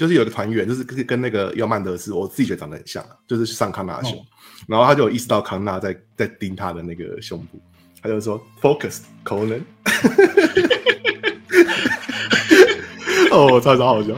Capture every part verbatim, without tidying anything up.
就是有一个团员，就是跟那个尤曼德斯，我自己觉得长得很像，就是上康纳的胸，哦、然后他就有意识到康纳在在盯他的那个胸部，他就说 ：“Focus, Conan。”哦，超超好笑。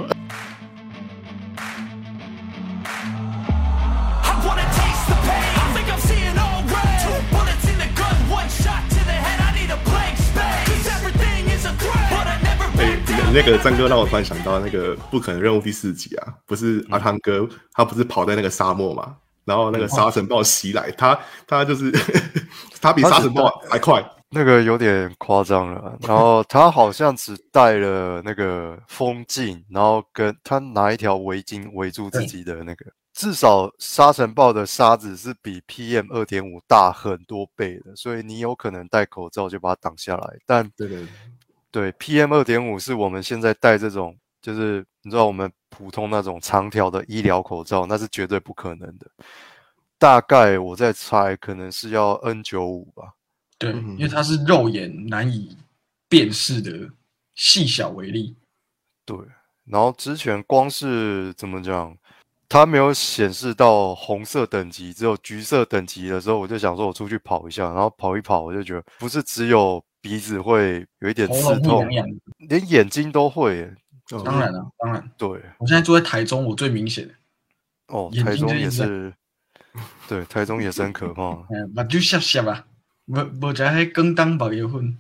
那个张哥让我突然想到那个不可能任务第四集啊，不是阿汤哥他不是跑在那个沙漠嘛，然后那个沙尘暴袭来，他他就是他比沙尘暴还快， 那个有点夸张了。然后他好像只带了那个风镜，然后跟他拿一条围巾围住自己的那个。至少沙尘暴的沙子是比 P M 二点五 大很多倍的，所以你有可能戴口罩就把它挡下来。但对对。 对 P M 二点五 是我们现在戴这种，就是你知道我们普通那种长条的医疗口罩，那是绝对不可能的。大概我在猜，可能是要 N 九十五 吧。 对，因为它是肉眼难以辨识的细小微粒。 对，然后之前光是怎么讲，它没有显示到红色等级，只有橘色等级的时候，我就想说我出去跑一下，然后跑一跑，我就觉得不是只有鼻子会有一点刺痛， 痒痒连眼睛都会耶。 当然了、啊，当然。 对， 我现在住在台中，我最明显的。 哦，台中也是，对，台中也是很可怕。 嗯，目睭涩涩啊，无无食迄光当目药粉，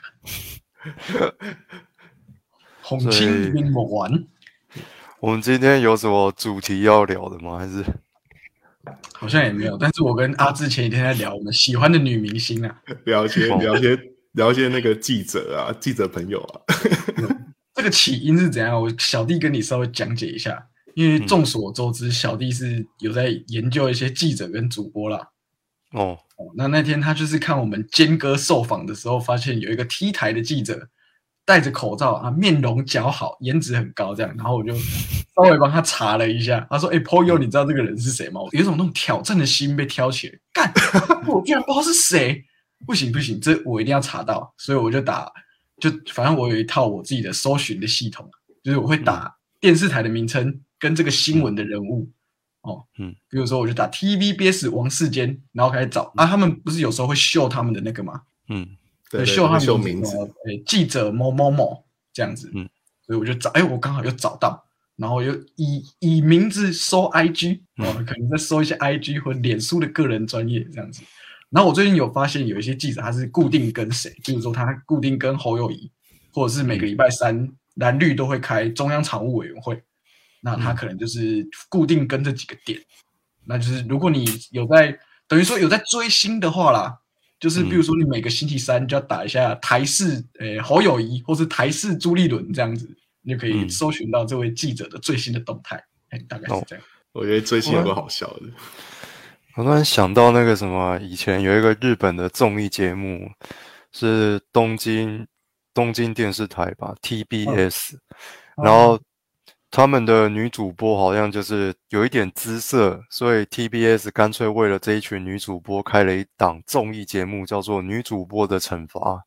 红青冰木丸。 我们今天有什么主题要聊的吗？还是？ 好像也没有，但是我跟阿志前几天在聊我们喜欢的女明星啊， 聊一些聊一些聊一些那个记者啊，记者朋友啊。 这个起因是怎样？我小弟跟你稍微讲解一下，因为众所周知，小弟是有在研究一些记者跟主播啦。 哦， 那那天他就是看我们坚哥受访的时候，发现有一个 T 台的记者戴着口罩啊，面容姣好，颜值很高，这样，然后我就稍微帮他查了一下，他说：“哎、欸、，Poyo， 你知道这个人是谁吗？”有一种那种挑战的心被挑起来，干，我居然不知道是谁，不行不行，这我一定要查到，所以我就打，就反正我有一套我自己的搜寻的系统，就是我会打电视台的名称跟这个新闻的人物，哦，嗯，比如说我就打 T V B S 王世坚，然后开始找啊，他们不是有时候会秀他们的那个吗？ 嗯。 对， 秀他秀名字， 欸、记者某某某这样子，嗯，所以我就找，哎、欸，我刚好又找到，然后又以以名字搜 I G， 哦，可能再搜一些 I G 或脸书的个人专业这样子。然后我最近有发现有一些记者他是固定跟谁，比如说他固定跟侯友宜，或者是每个礼拜三蓝绿都会开中央常务委员会，那他可能就是固定跟这几个点，那就是如果你有在等于说有在追星的话啦。就是比如说你每个星期三就要打一下台视诶侯友宜或是台视朱立伦这样子，你就可以搜寻到这位记者的最新的动态，哎、嗯，大概是这样。 我觉得最新有个好笑的， 我突然想到那个什么，以前有一个日本的综艺节目是东京东京电视台吧 ，T B S，、嗯、然后。他们的女主播好像就是有一点姿色，所以 T B S 干脆为了这一群女主播开了一档综艺节目，叫做《女主播的惩罚》。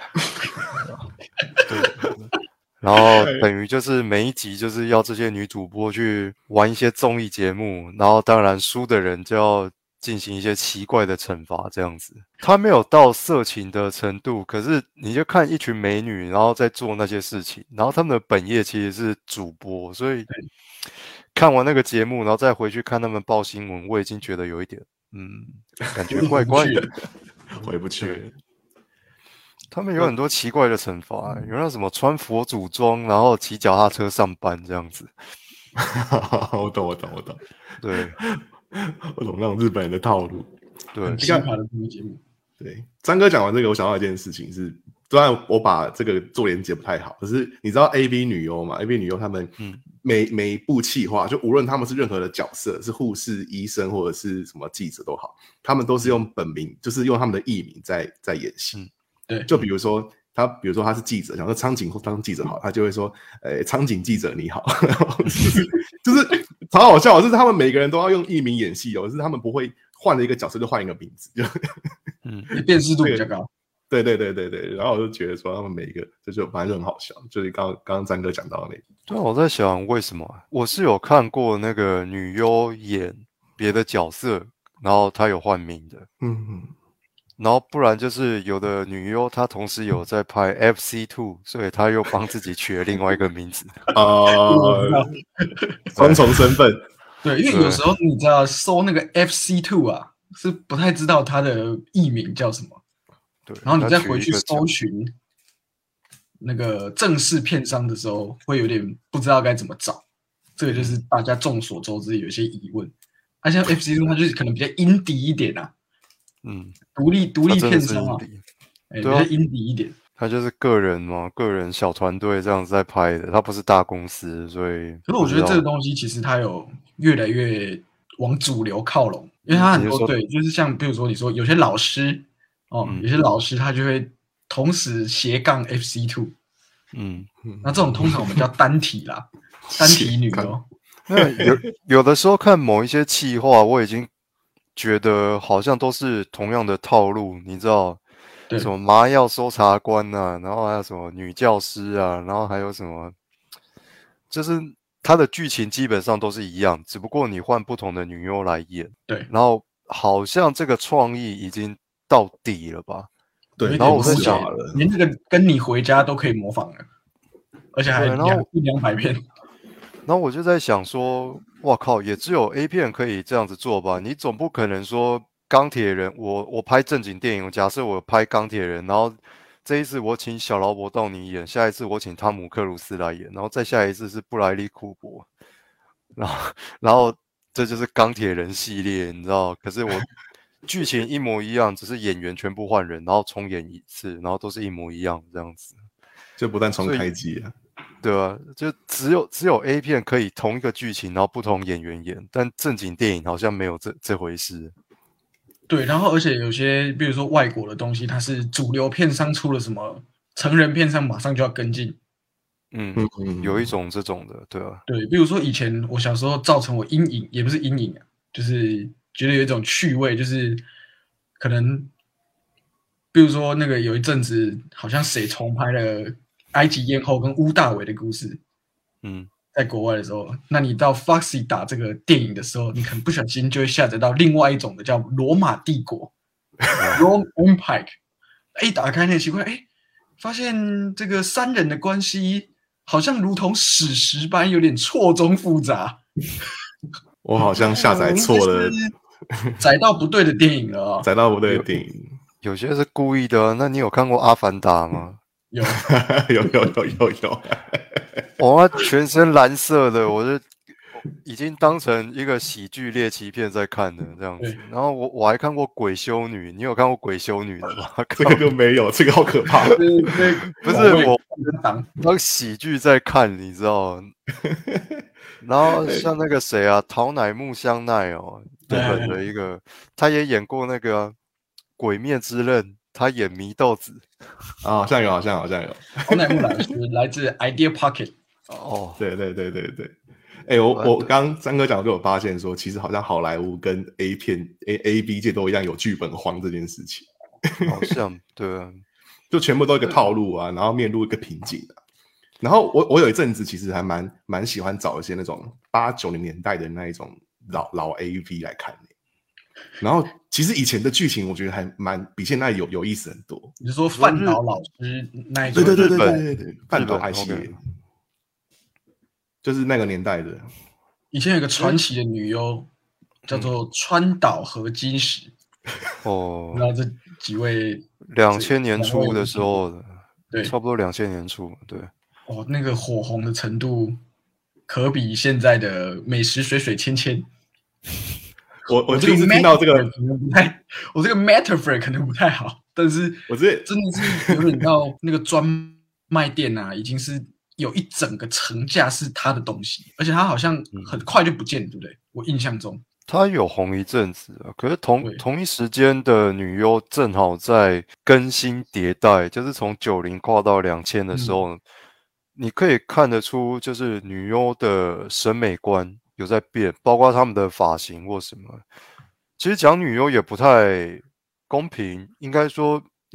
对，然后等于就是每一集就是要这些女主播去玩一些综艺节目，然后当然输的人就要进行一些奇怪的惩罚，这样子。他没有到色情的程度，可是你就看一群美女，然后在做那些事情，然后他们的本业其实是主播，所以看完那个节目，然后再回去看他们报新闻，我已经觉得有一点，嗯，感觉怪怪的， 回不去。 他们有很多奇怪的惩罚，有那什么穿佛祖装，然后骑脚踏车上班这样子。 我懂，我懂，我懂。 对。 我懂那种日本人的套路， 对， 很奇葩的综艺节目。 对，张哥讲完这个，我想到一件事情是，虽然我把这个做连结不太好，可是你知道 A V 女优嘛 ？A V 女优他们每、嗯、每一部企划，就无论他们是任何的角色，是护士、医生或者是什么记者都好，他们都是用本名，就是用他们的艺名在在演戏、嗯。 对， 就比如说他，比如说他是记者，想说苍井当记者好，他就会说，呃，苍井记者你好，就是就是超好笑，就是他们每个人都要用艺名演戏哦，就是他们不会换了一个角色就换一个名字，就嗯，辨识度比较高。 对对对对对，然后我就觉得说他们每一个这就反正就很好笑，就是刚刚刚詹哥讲到的那个。 对，我在想为什么，我是有看过那个女优演别的角色，然后她有换名的， 嗯嗯， 然后不然就是有的女优她同时有在拍 F C 二，所以她又帮自己取了另外一个名字。 呃，双重身份。 对，因为有时候你知道搜那个 F C 二啊，是不太知道它的艺名叫什么。 对， 然后你再回去搜寻那个正式片商的时候，会有点不知道该怎么找。这个就是大家众所周知有些疑问。而、啊、像 F C 二，它就是可能比较indie一点啊， 嗯， 独立独立片商啊，哎、欸，比较indie一点。 他就是个人嘛，个人小团队这样子在拍的，他不是大公司，所以。 可是我觉得这个东西其实它有越来越往主流靠拢，因为它很多对，就是像比如说你说有些老师哦，嗯、有些老师他就会同时斜杠 F C 二，嗯，那这种通常我们叫单体啦，单体女哦。 有有的时候看某一些企划，我已经觉得好像都是同样的套路，你知道。什么麻药搜查官啊，然后还有什么女教师啊，然后还有什么，就是它的剧情基本上都是一样，只不过你换不同的女优来演。 对， 然后好像这个创意已经到底了吧？ 对， 然后我在想， 连这个跟你回家都可以模仿了，而且还两一两百遍。 然后我就在想说，哇靠，也只有 A 片可以这样子做吧？你总不可能说。钢铁人，我我拍正经电影，假设我拍钢铁人，然后这一次我请小劳勃道尼演，下一次我请汤姆克鲁斯来演，然后再下一次是布莱利库珀，然后然后这就是钢铁人系列，你知道？可是我剧情一模一样，只是演员全部换人，然后重演一次，然后都是一模一样这样子， 就不但重开机啊， 对啊，就只有只有 A 片可以同一个剧情，然后不同演员演，但正经电影好像没有这这回事。 对，然后而且有些，比如说外国的东西，它是主流片商出了什么成人片商，马上就要跟进。 嗯嗯，有一种这种的，对啊。 对，比如说以前我小时候造成我阴影，也不是阴影啊，就是觉得有一种趣味，就是可能，比如说那个有一阵子，好像谁重拍了埃及艳后跟乌大维的故事，嗯。在国外的时候，那你到 Foxy 打这个电影的时候，你可能不小心就会下载到另外一种的叫罗马帝国 （Rome Empire）。一打开那奇怪，哎，发现这个三人的关系好像如同史实般，有点错综复杂。 我好像下载错了， 载到不对的电影了啊、哦！ 载到不对的电影， 有, 有些是故意的。那你有看过《阿凡达》吗？ 有， 有，有，有，有，有。 哇，全身蓝色的，我就已经当成一个喜剧猎奇片在看的这样子。然后我我还看过《鬼修女》，你有看过《鬼修女》的吗？ 这个就没有，这个好可怕。 不是我当喜剧在看，你知道？然后像那个谁啊，桃乃木香奈哦，日本的一个，他也演过那个《鬼灭之刃》。他演祢豆子啊，好像有，好像好像有。 桃乃木老师来自 Idea Pocket。 哦， 对对对对对。哎、欸，我我刚三哥讲就有发现说，其实好像好莱坞跟 A 片 A A B 界都一样有剧本荒这件事情。 好像对啊， 就全部都一个套路啊，然后面入一个瓶颈啊。然后我我有一阵子其实还蛮蛮喜欢找一些那种八九零年代的那一种老老 A V 来看的。然后其实以前的剧情我觉得还蛮比现在有有意思很多。 你是说范岛老师那一种？ 对对对对对对对，范岛爱系列，就是那个年代的。 以前有个传奇的女优叫做川岛和金石。 哦， 然后这几位两千年初的时候的， 对， 差不多两千年初，对。 哦，那个火红的程度可比现在的美食水水芊芊。 我我第一次听到这个， 可能不太，我这个 metaphor 可能不太好，但是我这真的是有点到那个专卖店啊，已经是有一整个层架是他的东西，而且他好像很快就不见了，对不对？我印象中他有红一阵子啊，可是同同一时间的女优正好在更新迭代，就是从九零跨到两千的时候、嗯，你可以看得出，就是女优的审美观有在变，包括他们的发型或什么。其实讲女优也不太公平，应该说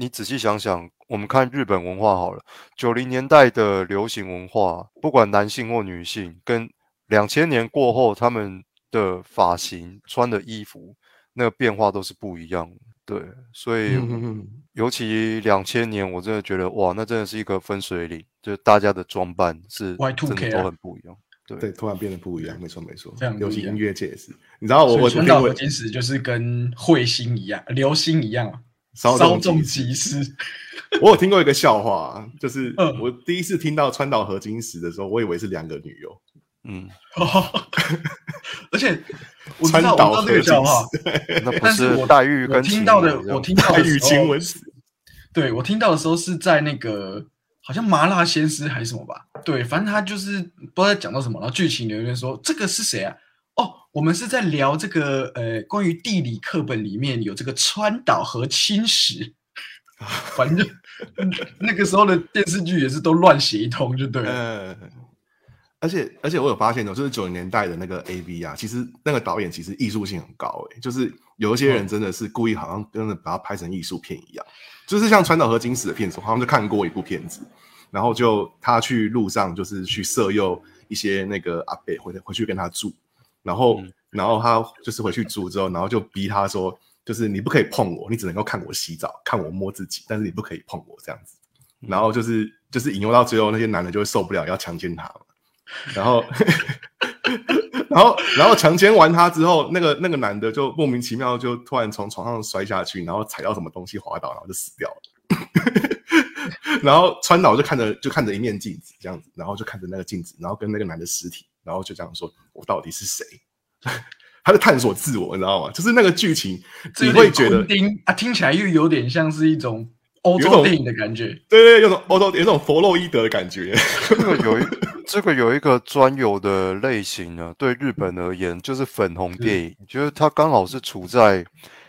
你仔细想想，我们看日本文化好了，九零年代的流行文化，不管男性或女性，跟两千年过后他们的发型、穿的衣服，那个变化都是不一样的。对，所以、嗯、尤其两千年，我真的觉得哇，那真的是一个分水岭，就是大家的装扮是真的都很不一样。对, 对，突然变得不一样，没错没错。 这样流行音乐界也是，你知道我我川岛和金时就是跟彗星一样，流星一样嘛，稍纵即逝。 我有听过一个笑话，就是我第一次听到川岛和金时的时候，我以为是两个女优。 嗯， 而且我知道我知道这个笑话， 那不是黛玉跟听到的，我听到的时候，对我听到的时候是在那个好像麻辣鲜师还是什么吧，对，反正他就是不知道在讲到什么，然后剧情留言说这个是谁啊？哦，我们是在聊这个呃关于地理课本里面有这个川岛和青石，反正那个时候的电视剧也是都乱写一通就对了。 呃而且而且我有发现哦，就是九零年代的那个 A V 啊，其实那个导演其实艺术性很高诶、欸，就是有一些人真的是故意好像真的把它拍成艺术片一样，就是像川岛和金时的片子，我好像就看过一部片子，然后就他去路上就是去色诱一些那个阿伯回回去跟他住，然后、嗯、然后他就是回去住之后，然后就逼他说，就是你不可以碰我，你只能够看我洗澡，看我摸自己，但是你不可以碰我这样子，然后就是就是引诱到最后那些男的就会受不了，要强奸他嘛。然后，然后，然后强奸完他之后，那个那个男的就莫名其妙就突然从床上摔下去，然后踩到什么东西滑倒，然后就死掉了。然后川岛就看着就看着一面镜子这样子，然后就看着那个镜子，然后跟那个男的尸体，然后就这样说：“我到底是谁？”他在探索自我，你知道吗？就是那个剧情，你会觉得啊，听起来又有点像是一种欧洲电影的感觉。 对对，有种欧洲有种弗洛伊德的感觉。 这个有一这个有一个专有的类型呢，对日本而言就是粉红电影，就是它刚好是处在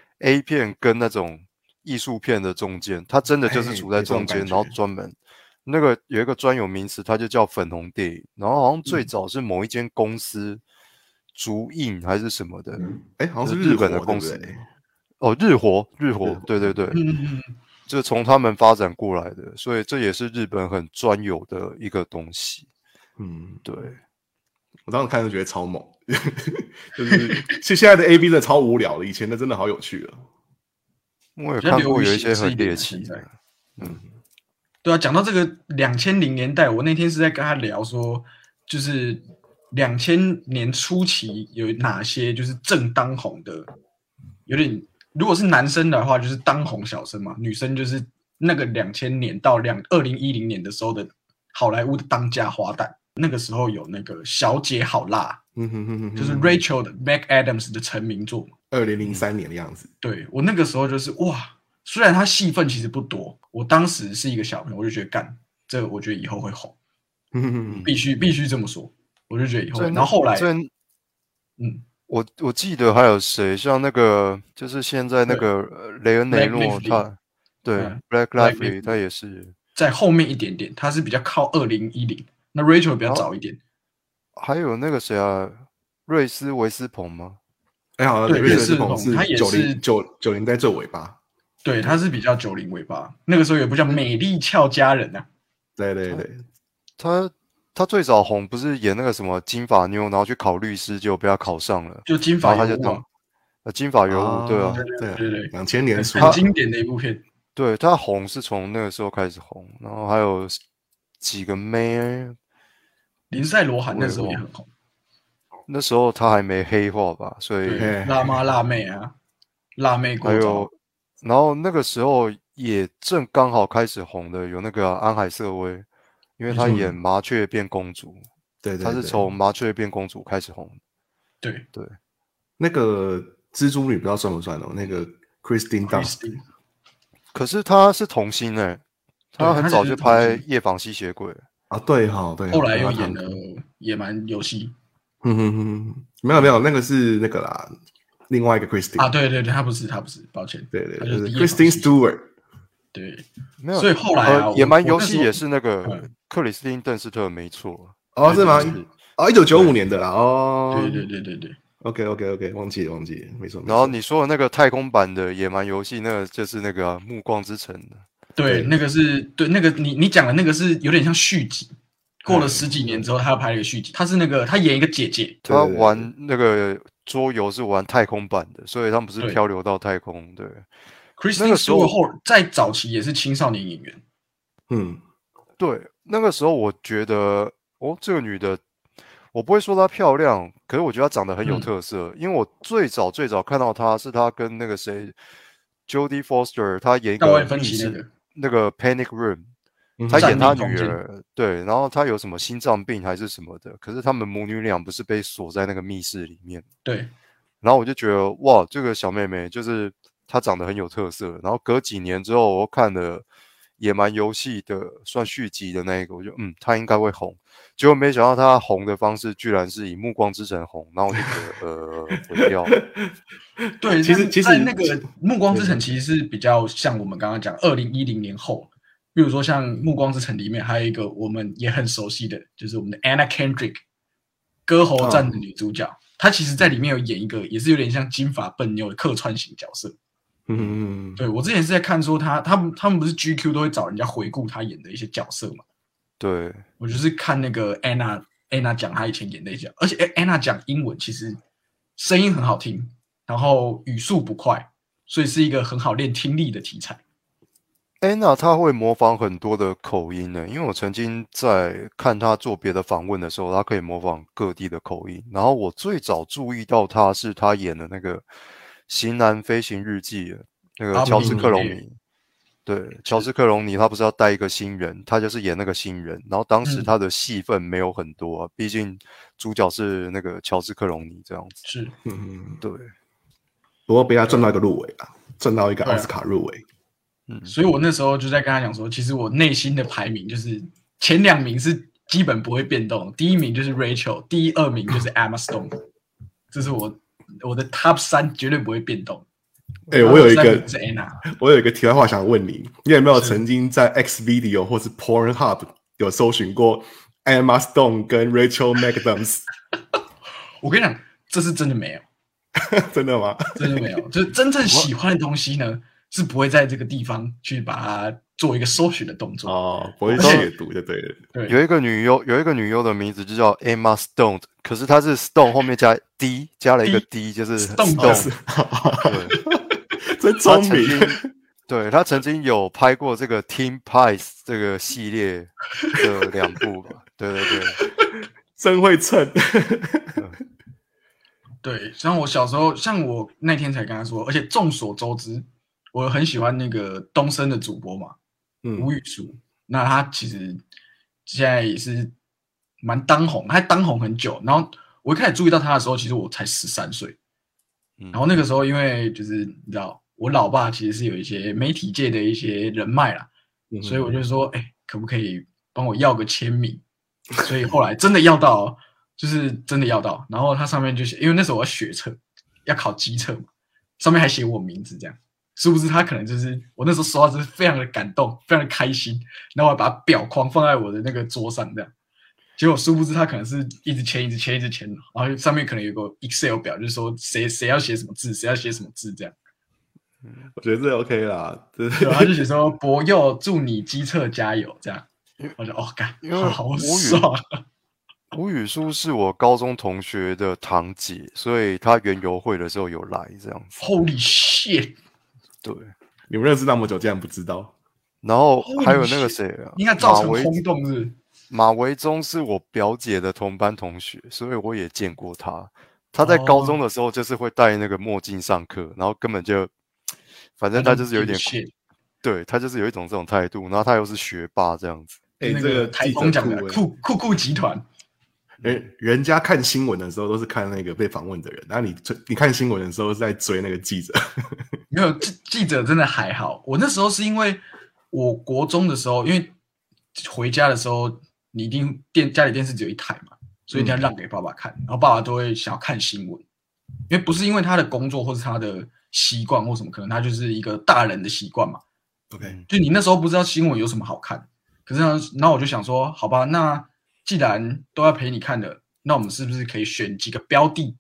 A 片跟那种艺术片的中间，它真的就是处在中间，然后专门那个有一个专有名词，它就叫粉红电影。然后好像最早是某一间公司。竹印还是什么的， 哎、嗯，好像是日本的公司，哦，日活，日活，对对对， 嗯， 就是从他们发展过来的，所以这也是日本很专有的一个东西。嗯，对， 我当时看就觉得超猛，就是现在的 A V 真的超无聊的，以前的真的好有趣了。 我也看过有一些很猎奇的， 嗯，对啊，讲到这个两千零年代，我那天是在跟他聊说，就是。两千年初期有哪些就是正当红的？有点，如果是男生的话，就是当红小生嘛；女生就是那个两千年到两二零一零年的时候的好莱坞的当家花旦。那个时候有那个《小姐好辣》，嗯哼哼哼，就是 Rachel 的 McAdams 的成名作嘛。 二零零三年的样子。 对，我那个时候就是哇，虽然他戏份其实不多，我当时是一个小朋友，我就觉得干这个，我觉得以后会红，必须必须这么说。我就觉得以后，然后后来， 嗯，我我记得还有谁，像那个就是现在那个雷恩雷诺，他对 Black Lively 他也是在后面一点点，他是比较靠二零一零，那 Rachel 比较早一点。 还有那个谁啊，瑞斯维斯彭吗？ 哎，好， 对， 瑞斯彭是他也是九九零代最尾巴， 对，他是比较九零尾巴。那个时候有部叫《美丽俏佳人》啊， 对对对， 他。他最早红不是演那个什么金发妞，然后去考律师，结果被他考上了， 就金发尤物， 他就当呃金发尤物，对啊， 对对对， 两千年初很经典的一部片。 对，他红是从那个时候开始红，然后还有几个妹， 林赛罗韩那时候也很红， 那时候他还没黑化吧，所以辣妈辣妹啊，辣妹过招。 然后那个时候也正刚好开始红的有那个安海瑟薇。因为他演麻雀变公主， 对对， 他是从麻雀变公主开始红。 对对， 那个蜘蛛女不知道算不算哦？那个 Kristen Dunst， 可是她是童星哎、欸，她很早就拍《夜访吸血鬼》 啊，对哈对。 后来又演了野蛮游戏。 嗯哼哼，没有没有，那个是那个啦，另外一个 Kristen 啊，对对对，他不是他不是，抱歉， 对对对 ，Kristen Stewart。 对， 没有， 所以后来啊， 呃、野蛮游戏也是那个克里斯汀·邓斯特，没错。 哦，是吗？哦，一九九五年的啦。哦， 对对对对对。 OK OK OK， 忘记了忘记了，没错。 然后你说的那个太空版的野蛮游戏，那个就是那个、啊《暮光之城》的。 对， 对那个是对那个你你讲的那个是有点像续集，过了十几年之后，他要拍了一个续集。他是那个他演一个姐姐， 他玩那个桌游是玩太空版的，所以他们不是漂流到太空。对 ，Kristen Stewart 后在早期也是青少年演员。 嗯， 对，那个时候我觉得哦，这个女的。我不会说她漂亮，可是我觉得她长得很有特色。嗯、因为我最早最早看到她是她跟那个谁 ，Jodie Foster， 她演一个密室、那個、那个 Panic Room，、嗯、她演她女儿，对，然后她有什么心脏病还是什么的，可是他们母女俩不是被锁在那个密室里面。 对， 然后我就觉得哇，这个小妹妹就是她长得很有特色。然后隔几年之后，我看了野蛮游戏的算续集的那一个，我就嗯，她应该会红。结果没想到他红的方式居然是以《暮光之城》红，然后我就觉得呃，毁掉。 对， 其实其实那个《暮光之城》其实是比较像我们刚刚讲二零一零年后，比如说像《暮光之城》里面还有一个我们也很熟悉的，就是我们的 Anna Kendrick， 歌喉战的女主角，哦、她其实在里面有演一个也是有点像金发笨妞的客串型角色。 嗯， 对，我之前是在看说他他们他们不是 G Q 都会找人家回顾他演的一些角色嘛。 对， 我就是看那个 Anna Anna 讲她以前演的一些，而且 Anna 讲英文其实声音很好听，然后语速不快，所以是一个很好练听力的题材。 Anna 她会模仿很多的口音呢，因为我曾经在看她做别的访问的时候，她可以模仿各地的口音。然后我最早注意到她是她演的那个《型男飞行日记》那个乔治克隆尼。对，乔治克隆尼他不是要带一个新人，他就是演那个新人。然后当时他的戏份没有很多、啊，毕、嗯、竟主角是那个乔治克隆尼这样子。 是， 嗯， 对。 不过被他赚到一个入围啊，赚到一个奥斯卡入围。 嗯，所以我那时候就在跟他讲说，其实我内心的排名就是前两名是基本不会变动，第一名就是 Rachel， 第二名就是 Emma Stone， 这是我我的 Top 三绝对不会变动。 哎、欸，我有一个，我有一个题外话想问你，你有没有曾经在 X Video 或是 Pornhub 有搜寻过 Emma Stone 跟 Rachel McAdams？ 我跟你讲，这是真的没有， 真的吗？ 真的没有，就是真正喜欢的东西呢，是不会在这个地方去把它做一个搜寻的动作哦，不会解读就对了。 对， 有一个女优，有一个女优的名字就叫 Emma Stone， 可是她是 Stone 后面加 D， 加了一个 D， 就是 Stone。对。 真聪明， 对，他曾经有拍过这个 Teen Pies 这个系列的两部吧？对对对， 真会蹭。 对，像我小时候，像我那天才跟他说，而且众所周知，我很喜欢那个东森的主播嘛，嗯，吴宇舒。那他其实现在也是蛮当红，他当红很久。然后我一开始注意到他的时候，其实我才十三岁。然后那个时候，因为就是你知道。我老爸其实是有一些媒体界的一些人脉啦，嗯、所以我就说，哎、欸，可不可以帮我要个签名？所以后来真的要到、哦，就是真的要到。然后它上面就写，因为那时候我要学测，要考机测嘛，上面还写我名字这样。殊不知他可能就是我那时候收到，就是非常的感动，非常的开心。然后我把表框放在我的那个桌上这样。结果殊不知他可能是一直签，一直签，一直签，然后上面可能有个 Excel 表，就是说谁谁要写什么字，谁要写什么字这样。 我觉得这 OK 啦， 对，他就写说博佑祝你机测加油这样，我就哦干，好爽。 吴宇舒是我高中同学的堂姐，所以他园游会的时候有来这样子。 Holy shit！ 对， 你们认识那么久，竟然不知道。 然后还有那个谁啊， 应该造成轰动是不是？ 马维忠是我表姐的同班同学，所以我也见过他。他在高中的时候就是会戴那个墨镜上课，然后根本就。反正他就是有一点，对他就是有一种这种态度，然后他又是学霸这样子。 哎、欸，这个台风讲的酷酷酷集团， 人人家看新闻的时候都是看那个被访问的人，然后你你看新闻的时候是在追那个记者。 没有记者真的还好，我那时候是因为我国中的时候，因为回家的时候你一定电家里电视只有一台嘛，所以一定要让给爸爸看，然后爸爸都会想要看新闻，因为不是因为他的工作或是他的。习惯或什么，可能他就是一个大人的习惯嘛。 OK， 就你那时候不知道新闻有什么好看，可是呢，然后我就想说，好吧，那既然都要陪你看的，那我们是不是可以选几个标的，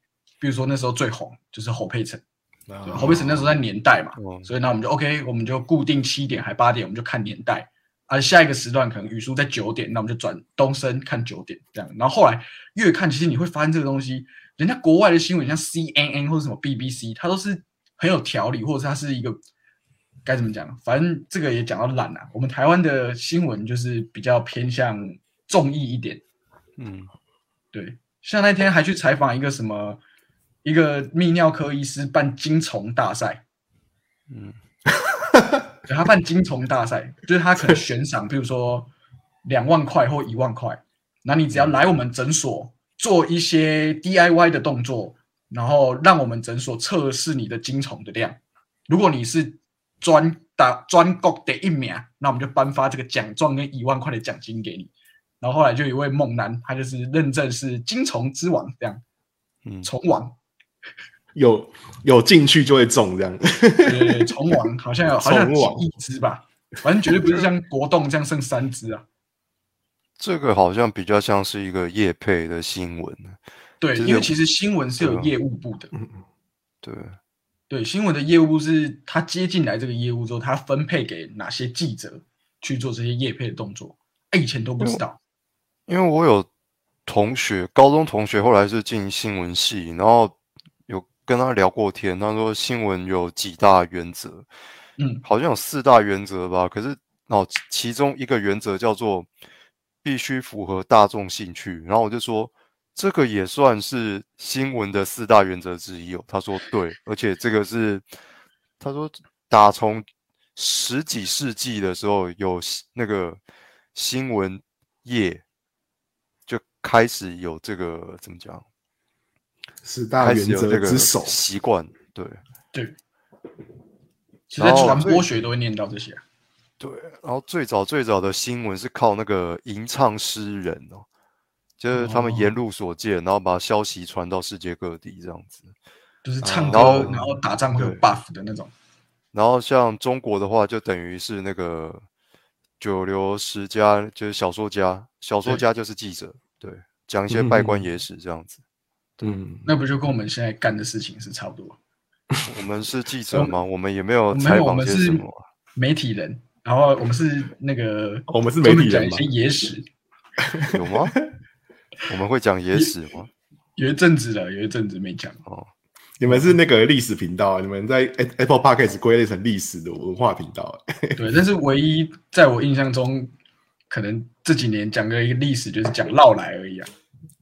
比如说那时候最红就是侯佩岑， 哦、 侯佩岑那时候在年代嘛， 哦、 所以那我们就 OK， 我们就固定七点还八点，我们就看年代。啊，下一个时段可能语速在九点，那我们就转东升看九点这样。然后后来越看，其实你会发现这个东西，人家国外的新闻像 C N N 或者什么 B B C， 它都是很有条理，或者是它是一个该怎么讲？反正这个也讲到烂啊。我们台湾的新闻就是比较偏向综艺一点， 嗯， 对。像那天还去采访一个什么一个泌尿科医师办精虫大赛， 嗯。 对，他办精虫大赛，就是他可能悬赏，比如说两万块或一万块，那你只要来我们诊所做一些 D I Y 的动作，然后让我们诊所测试你的精虫的量。如果你是专打专国的一名，那我们就颁发这个奖状跟一万块的奖金给你。然后后来就有一位猛男，他就是认证是精虫之王，这样， 嗯， 虫王。 有有进去就会中这样， 对，虫王好像有好像有几亿只吧，反正绝对不是像国栋这样剩三只啊。 这个好像比较像是一个业配的新闻。 对，因为其实新闻是有业务部的。 对对，新闻的业务部是他接进来这个业务之后，他分配给哪些记者去做这些业配的动作，哎，以前都不知道。 因为我有同学，高中同学后来是进新闻系，然后有跟他聊过天，他说新闻有几大原则， 嗯， 好像有四大原则吧，可是哦，其中一个原则叫做必须符合大众兴趣，然后我就说这个也算是新闻的四大原则之一哦。他说对，而且这个是他说打从十几世纪的时候有那个新闻业就开始有这个怎么讲？ 四大原则之首习惯，对对。其实在传播学都会念到这些、啊。 对，然后最早最早的新闻是靠那个吟唱诗人哦，就是他们沿路所见，然后把消息传到世界各地这样子。 就是唱歌，哦、然后打仗会有 buff 的那种。 然后像中国的话，就等于是那个九流十家，就是小说家，小说家就是记者，对，讲一些拜官野史这样子。 嗯， 那不就跟我们现在干的事情是差不多？ 我们是记者吗？我们也没有采访些什么、啊。 媒体人，然后我们是那个， 我们是媒体人讲一些野史， 有吗？我们会讲野史吗？ 有一阵子了，有一阵子没讲哦。 你们是那个历史频道，你们在 Apple Podcast 归类成历史的文化频道。 对，但是唯一在我印象中，可能这几年讲的一个历史就是讲绕来而已啊。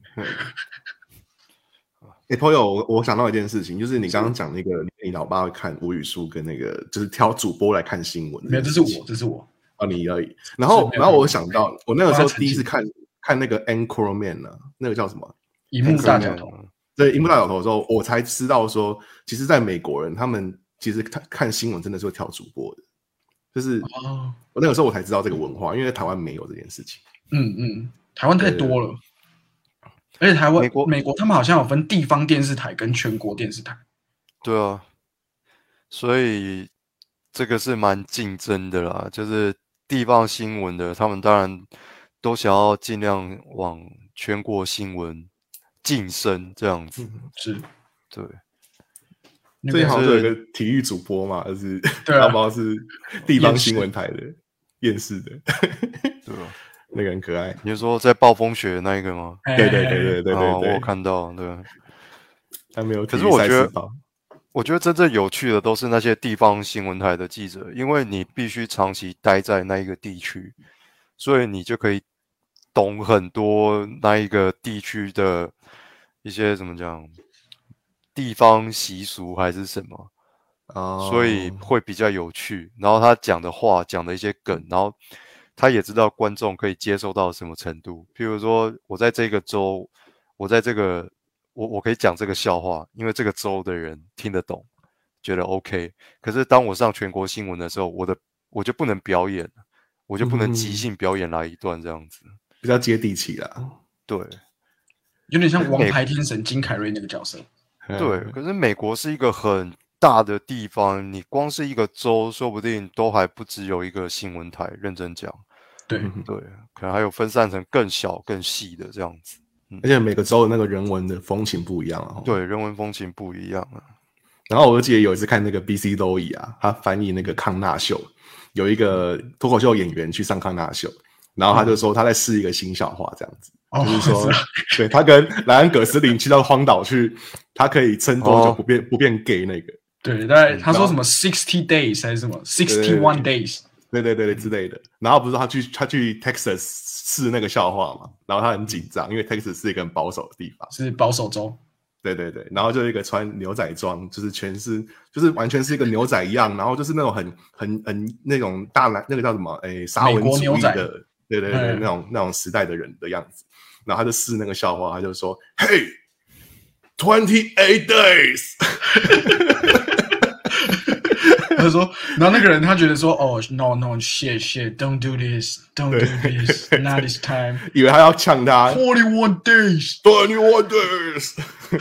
哎、欸，朋友，我我想到一件事情，就是你刚刚讲那个你老爸会看吴语书跟那个就是挑主播来看新闻。 没有，这是我，这是我啊，你而已。然后，然后我想到，我那个时候第一次看看那个 Anchorman 呢、啊，那个叫什么？ 萤幕大角头。 对，萤幕大角头的时候，我才知道说，其实，在美国人他们其实看看新闻真的是会挑主播的，就是、哦、我那个时候我才知道这个文化，因为在台湾没有这件事情。 嗯嗯，台湾太多了。而且台湾、美国、美国他们好像有分地方电视台跟全国电视台。 对啊，所以这个是蛮竞争的啦。就是地方新闻的，他们当然都想要尽量往全国新闻晋升，这样子。 嗯、是， 对。 最好有一个体育主播嘛，就是对啊， 不知道是地方新闻台的厌世的， 对啊。 那个很可爱。 你是说在暴风雪那一个吗？ 对对对对对对对， 哦、我有看到，对。 他没有。 可是我觉得，我觉得真正有趣的都是那些地方新闻台的记者，因为你必须长期待在那一个地区，所以你就可以懂很多那一个地区的一些怎么讲地方习俗还是什么， 哦， 所以会比较有趣。然后他讲的话，讲的一些梗，然后。他也知道观众可以接受到什么程度，譬如说我在这个州，我在这个我我可以讲这个笑话，因为这个州的人听得懂，觉得 OK。可是当我上全国新闻的时候，我的我就不能表演，我就不能即兴表演来一段这样子， 嗯、比较接地气啦。 对， 有点像王牌天神金凯瑞那个角色。 对，可是美国是一个很大的地方，你光是一个州，说不定都还不只有一个新闻台。认真讲。 对对，可能还有分散成更小、更细的这样子。 而且每个州的那个人文的风情不一样啊。 对，人文风情不一样啊。 然后我就记得有一次看那个 B C Lowy 啊，他翻译那个康纳秀，有一个脱口秀演员去上康纳秀，然后他就说他在试一个新笑话，这样子， 哦、 就是说，对他跟莱恩·葛斯林去到荒岛去，他可以撑多久不变、哦、不变 gay 那个。 对，大概他说什么 sixty days 还是什么 sixty one days， 对对对对之类的。然后不是他去他去 Texas 试那个笑话嘛，然后他很紧张，因为 Texas 是一个很保守的地方， 是保守州。 对对对，然后就一个穿牛仔装，就是全是，就是完全是一个牛仔一样，然后就是那种很很很那种大男那个叫什么，诶，沙文主义的，对对对，那种那种时代的人的样子。然后他就试那个笑话，他就说 ，Hey, twenty-eight days 。 他说，然后那个人他觉得说，哦 ，no no shit shit, don't do this, don't do this, not this time。 以为他要呛他 ，forty-one days, twenty-one days 。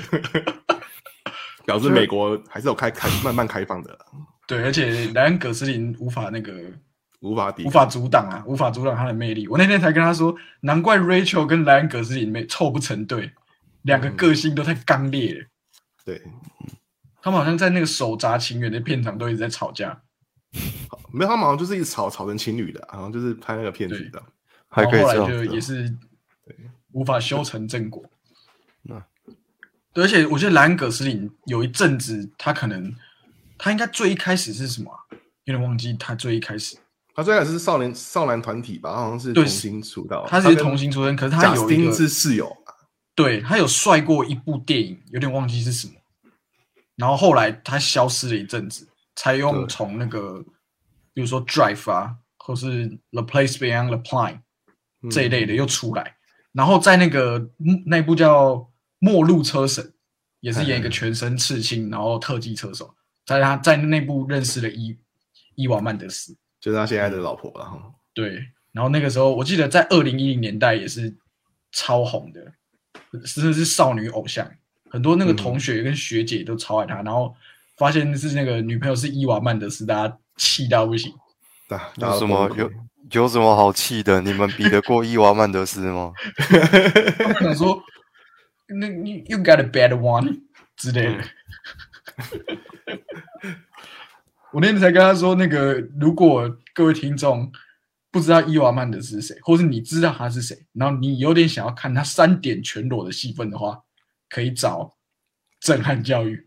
表示美国还是有开开慢慢开放的。 对，而且莱恩·葛斯林无法那个无法抵无法阻挡啊，无法阻挡他的魅力。我那天才跟他说，难怪 Rachel 跟莱恩·葛斯林没凑不成对，两个个性都太刚烈了。 嗯、对。 他们好像在那个手札情缘的片场都一直在吵架， 没有，他们好像就是一直吵吵成情侣的，好像就是拍那个片子的， 还可以这样， 后来就也是无法修成正果。对，而且我觉得莱恩·葛斯林有一阵子，他可能他应该最一开始是什么、啊？有点忘记他最一开始。 他最开始是少年少男团体吧，好像是童星出道， 他是童星出身，可是他有一个是室友， 对他有帅过一部电影，有点忘记是什么。然后后来他消失了一阵子，才用从那个，比如说 Drive 啊，或是 The Place Beyond the Pine 这一类的又出来。嗯、然后在那个那部叫《末路车神》，也是演一个全身刺青，然后特技车手，在他在那部认识了伊伊娃曼德斯， 就是他现在的老婆了。嗯、 对，然后那个时候我记得在二零一零年代也是超红的，真的是少女偶像。很多那个同学跟学姐都超爱他，嗯、然后发现是那个女朋友是伊娃曼德斯，大家气到不行。 有什么有有什么好气的？你们比得过伊娃曼德斯吗？ 他们想说，那你 you got a bad one 之类的。嗯、我那天才跟他说，那个如果各位听众不知道伊娃曼德斯是谁，或是你知道他是谁，然后你有点想要看他三点全裸的戏份的话。可以找震撼教育。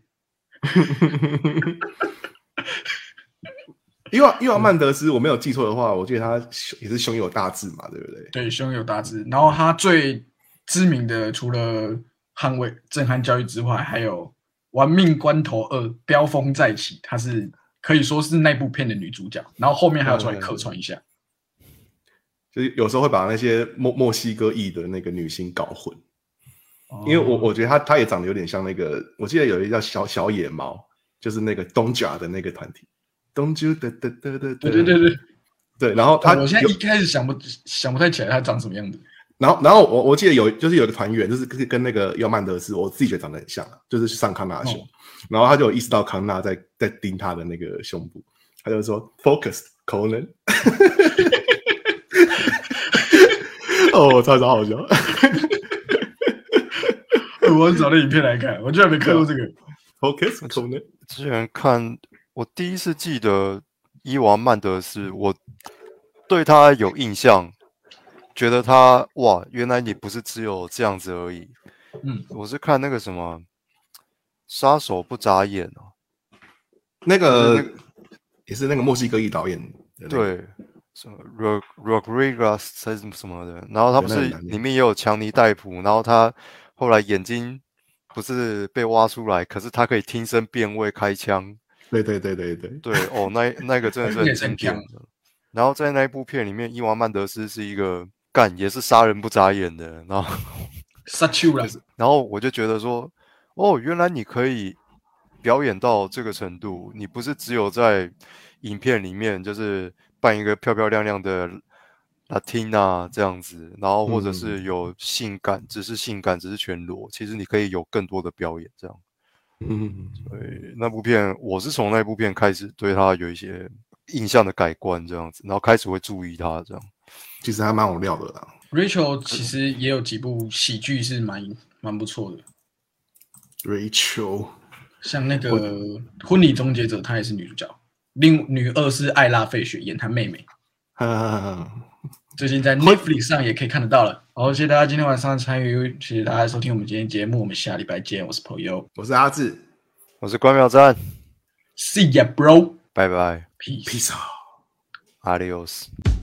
伊娃伊娃曼德斯，我没有记错的话，我记得他也是胸有大志嘛，对不对？ 对，胸有大志。然后他最知名的，除了捍卫震撼教育之外，还有《玩命关头二》飙风再起，他是可以说是那部片的女主角。然后后面还有出来客串一下， 就是有时候会把那些墨墨西哥裔的那个女星搞混。因为我我觉得他他也长得有点像那个，我记得有一个叫小小野猫，就是那个东甲的那个团体，东九的的的的， 对对对对对。然后他， 我现在一开始想不想不太起来他长什么样子。 然后然后我我记得有就是有一个团员，就是跟那个伊娃曼德斯，我自己觉得长得很像，就是去上康纳的秀，哦、然后他就有意识到康纳在在盯他的那个胸部，他就说 Focus Conan， 哦，超超好笑。 我找那影片来看，我居然没看过这个。 Focus Conan， 之前看，我第一次记得伊娃曼德斯，我对他有印象，觉得他哇，原来你不是只有这样子而已。嗯，我是看那个什么杀手不眨眼哦， 那个、那个、也是那个墨西哥裔导演的、那個， 对，什么 Rodriguez 还是什么的，然后他不是里面也有强尼戴普，然后他。后来眼睛不是被挖出来，可是他可以听声辨位开枪。 对对对对对对哦，那那个真的是很经典的。然后在那一部片里面，伊娃曼德斯是一个干也是杀人不眨眼的，然后杀球了。 然后我就觉得说，哦，原来你可以表演到这个程度，你不是只有在影片里面就是扮一个漂漂亮亮的。Latina 这样子，然后或者是有性感，嗯、只是性感，只是全裸。其实你可以有更多的表演，这样。嗯，对，那部片我是从那部片开始对他有一些印象的改观，这样子，然后开始会注意他这样。 其实还蛮有料的啦。 Rachel 其实也有几部喜剧是蛮蛮不错的。 Rachel， 像那个《婚礼终结者》，她也是女主角。另女二是艾拉·费雪，演她妹妹。最近在 Netflix 上也可以看得到了。好，谢谢大家今天晚上的参与，谢谢大家收听我们今天节目，我们下礼拜见。我是朋友， 我是阿志， 我是关淼赞 ，See ya, bro， 拜拜 peace peace out， ，Adios。